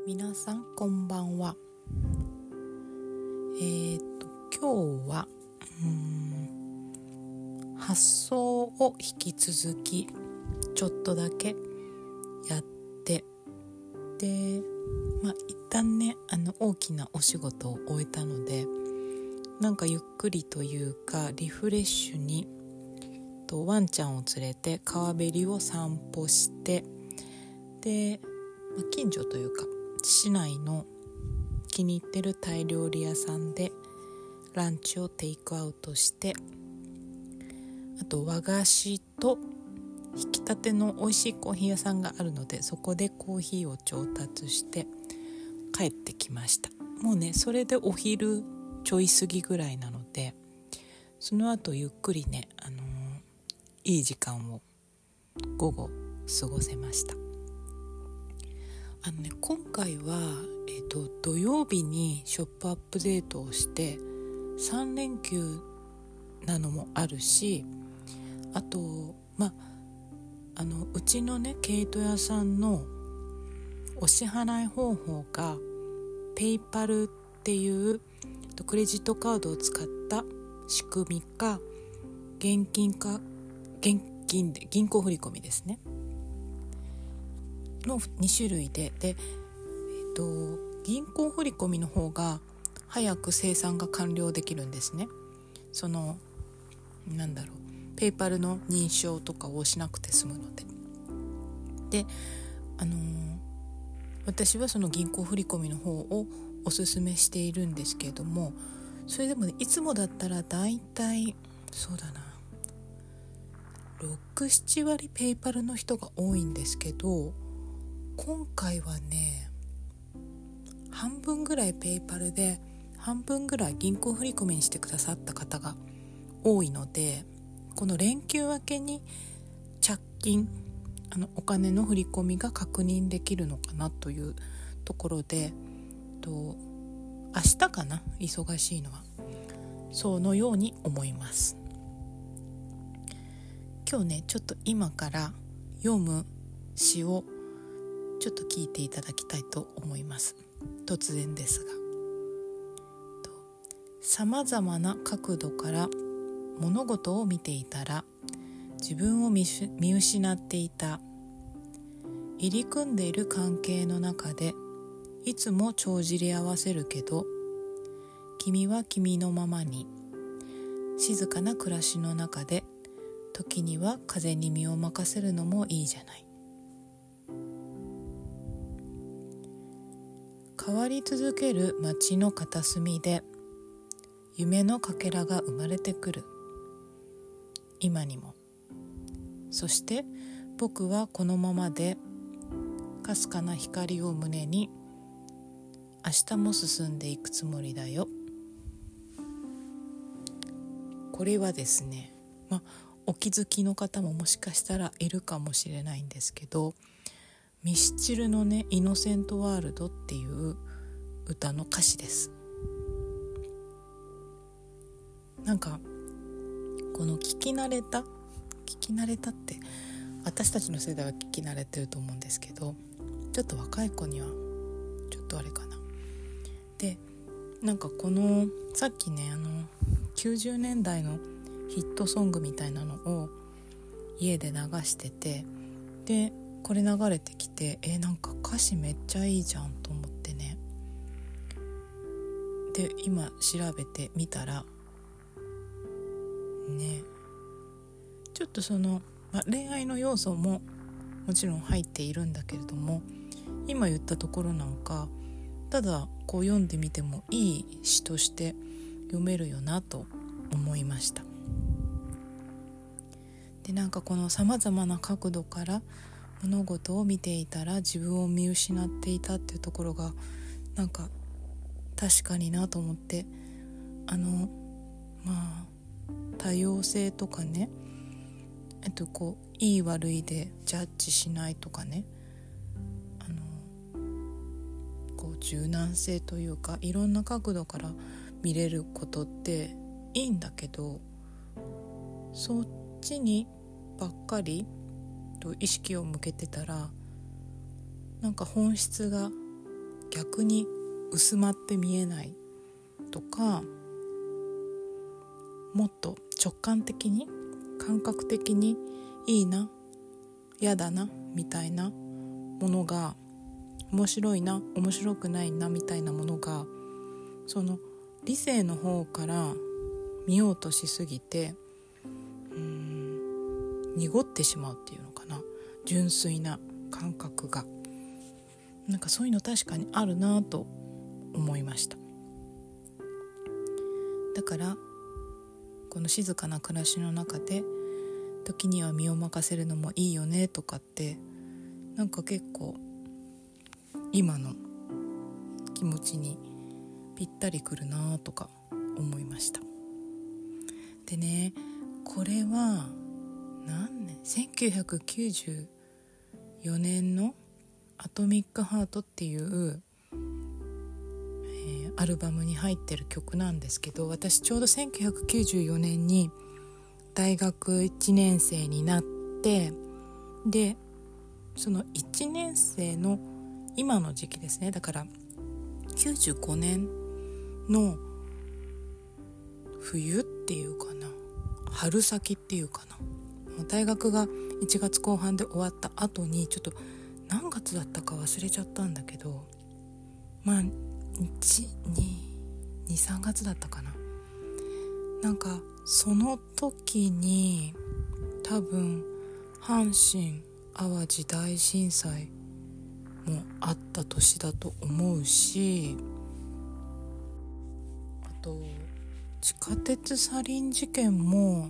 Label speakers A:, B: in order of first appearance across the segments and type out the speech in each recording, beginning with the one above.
A: 皆さんこんばんは。今日は発想を引き続きちょっとだけやってで、一旦ね大きなお仕事を終えたので、なんかゆっくりというかリフレッシュにワンちゃんを連れて川べりを散歩して、で、近所というか市内の気に入ってるタイ料理屋さんでランチをテイクアウトして、あと和菓子と引き立ての美味しいコーヒー屋さんがあるので、そこでコーヒーを調達して帰ってきました。もうねそれでお昼ちょい過ぎぐらいなので、その後ゆっくりね、いい時間を午後過ごせました。今回は、土曜日にショップアップデートをして3連休なのもあるし、あとうちのね毛糸屋さんのお支払い方法がペイパルっていうクレジットカードを使った仕組みか現金で銀行振込ですねの2種類で、銀行振込の方が早く精算が完了できるんですね。そのペイパルの認証とかをしなくて済むので、私はその銀行振込の方をおすすめしているんですけれども、それでもねいつもだったらだいたいそうだな 6,7 割ペイパルの人が多いんですけど、今回はね半分ぐらいペイパルで半分ぐらい銀行振込にしてくださった方が多いので、この連休明けに着金お金の振り込みが確認できるのかなというところで、明日かな、忙しいのはそのように思います。今日ねちょっと今から読む詩をちょっと聞いていただきたいと思います。突然ですが、さまざまな角度から物事を見ていたら自分を見失っていた。入り組んでいる関係の中でいつも帳尻合わせるけど、君は君のままに静かな暮らしの中で時には風に身を任せるのもいいじゃない。変わり続ける街の片隅で夢のかけらが生まれてくる。今にも。そして僕はこのままでかすかな光を胸に明日も進んでいくつもりだよ。これはですね、お気づきの方ももしかしたらいるかもしれないんですけど、ミスチルのねイノセントワールドっていう歌の歌詞です。なんかこの聞き慣れたって私たちの世代は聞き慣れてると思うんですけど、ちょっと若い子にはちょっとあれかな。でなんかこのさっきね90年代のヒットソングみたいなのを家で流してて、でこれ流れてきてなんか歌詞めっちゃいいじゃんと思ってね、で今調べてみたらね、ちょっとその、恋愛の要素ももちろん入っているんだけれども、今言ったところなんかただこう読んでみてもいい詩として読めるよなと思いました。でなんかこのさまざまな角度から物事を見ていたら自分を見失っていたっていうところがなんか確かになと思って、多様性とかね、いい悪いでジャッジしないとかね、柔軟性というかいろんな角度から見れることっていいんだけど、そっちにばっかりと意識を向けてたらなんか本質が逆に薄まって見えないとか、もっと直感的に感覚的にいいな嫌だなみたいなものが、面白いな面白くないなみたいなものが、その理性の方から見ようとしすぎて濁ってしまうっていうのかな、純粋な感覚が。なんかそういうの確かにあるなと思いました。だからこの静かな暮らしの中で時には身を任せるのもいいよねとかって、なんか結構今の気持ちにぴったりくるなとか思いました。でね、これは何年1994年のアトミックハートっていう、アルバムに入ってる曲なんですけど、私ちょうど1994年に大学1年生になって、でその1年生の今の時期ですね、だから95年の冬っていうかな、春先っていうかな、大学が1月後半で終わった後に、ちょっと何月だったか忘れちゃったんだけど、まあ2,3月だったかな。なんかその時に多分阪神・淡路大震災もあった年だと思うし、あと地下鉄サリン事件も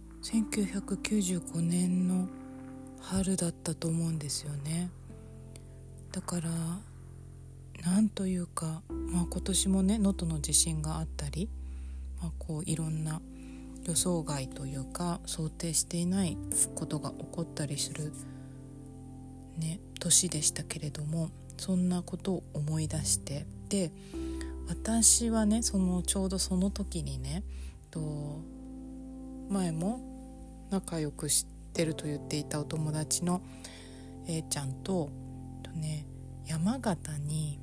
A: 1995年の春だったと思うんですよね。だからなんというか、今年もね能登の地震があったり、こういろんな予想外というか想定していないことが起こったりする、年でしたけれども、そんなことを思い出して、で私はねちょうどその時にね、前も仲良くしてると言っていたお友達の A ちゃんと、山形に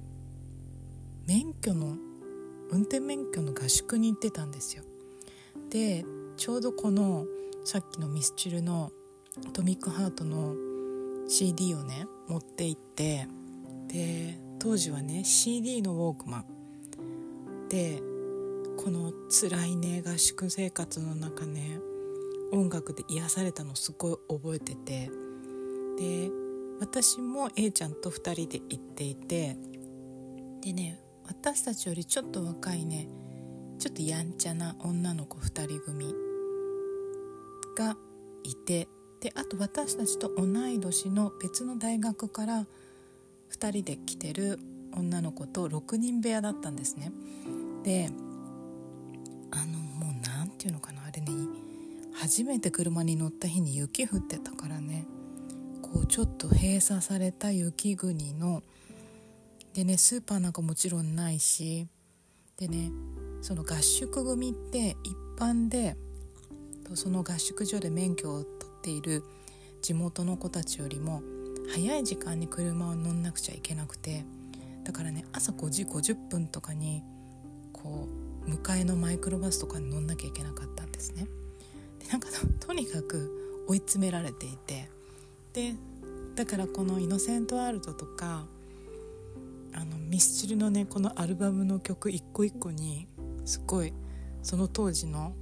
A: 運転免許の合宿に行ってたんですよ。でちょうどこのさっきのミスチルのアトミックハートの CD をね持って行って、で当時はね CD のウォークマンで、この辛いね合宿生活の中ね音楽で癒されたのすごい覚えてて、で私も A ちゃんと2人で行っていて、でね私たちよりちょっと若いねちょっとやんちゃな女の子2人組がいて、であと私たちと同い年の別の大学から2人で来てる女の子と6人部屋だったんですね。でもうなんていうのかな、あれね、初めて車に乗った日に雪降ってたからね、こうちょっと閉鎖された雪国のでね、スーパーなんかもちろんないし、でねその合宿組って一般でその合宿所で免許を取っている地元の子たちよりも早い時間に車を乗んなくちゃいけなくて、だからね朝5時50分とかにこう迎えのマイクロバスとかに乗んなきゃいけなかったんですね。でなんか とにかく追い詰められていて、でだからこのイノセントワールドとかミスチルのねこのアルバムの曲一個一個にすごいその当時の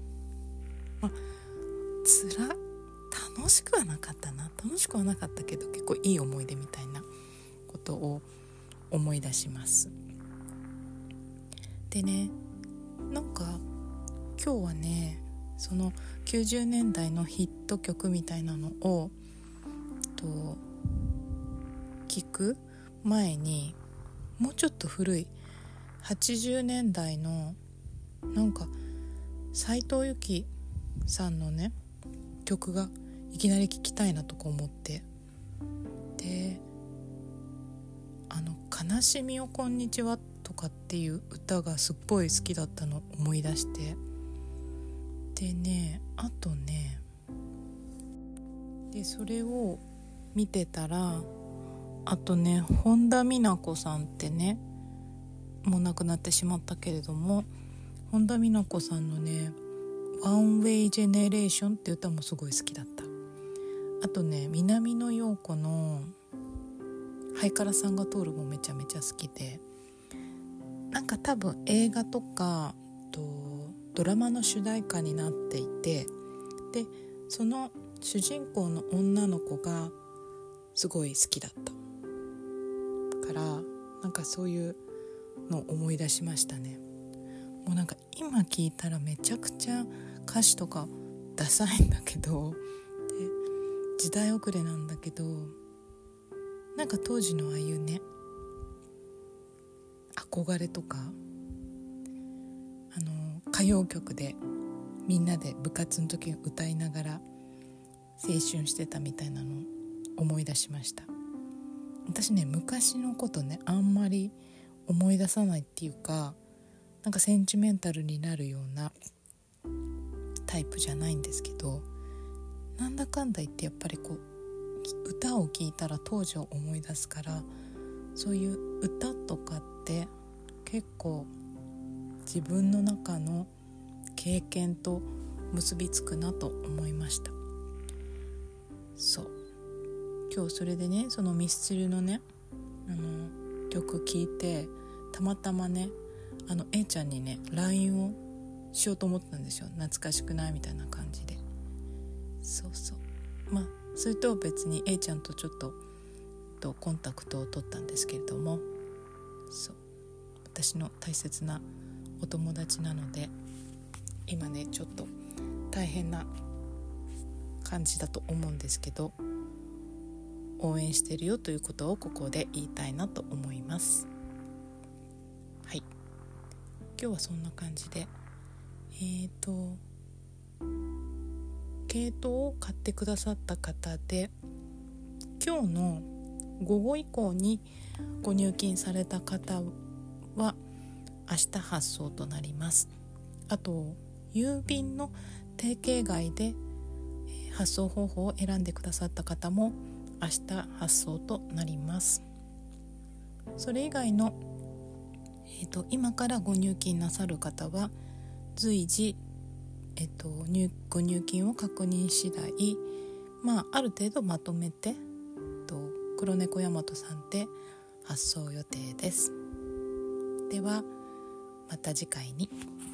A: 楽しくはなかったけど結構いい思い出みたいなことを思い出します。でねなんか今日はねその90年代のヒット曲みたいなのを聞く前にもうちょっと古い80年代のなんか斉藤由貴さんのね曲がいきなり聴きたいなとか思って、で悲しみをこんにちはとかっていう歌がすっごい好きだったのを思い出して、でねあとねでそれを見てたら、あとね本田美奈子さんってねもう亡くなってしまったけれども、本田美奈子さんのねワンウェイジェネレーションって歌もすごい好きだった。あとね、南野陽子のハイカラさんが通るもめちゃめちゃ好きで、なんか多分映画とかドラマの主題歌になっていて、でその主人公の女の子がすごい好きだったから、なんかそういうのを思い出しましたね。もうなんか今聞いたらめちゃくちゃ歌詞とかダサいんだけど、で時代遅れなんだけど、なんか当時のああいうね憧れとか、歌謡曲でみんなで部活の時歌いながら青春してたみたいなのを思い出しました。私ね、昔のことねあんまり思い出さないっていうか、なんかセンチメンタルになるようなタイプじゃないんですけど、なんだかんだ言ってやっぱりこう歌を聴いたら当時を思い出すから、そういう歌とかって結構自分の中の経験と結びつくなと思いました。そう、今日それでね、そのミスチルのね曲聴いて、たまたまねA ちゃんにね LINE をしようと思ったんですよ。懐かしくないみたいな感じで。そうそう、まあそれとは別に A ちゃんとちょっとコンタクトを取ったんですけれども、そう、私の大切なお友達なので、今ねちょっと大変な感じだと思うんですけど、応援してるよということをここで言いたいなと思います。はい、今日はそんな感じで毛糸を買ってくださった方で、今日の午後以降にご入金された方は明日発送となります。あと郵便の定型外で発送方法を選んでくださった方も明日発送となります。それ以外の、今からご入金なさる方は随時、ご入金を確認次第、ある程度まとめて、黒猫大和さんで発送予定です。ではまた次回に。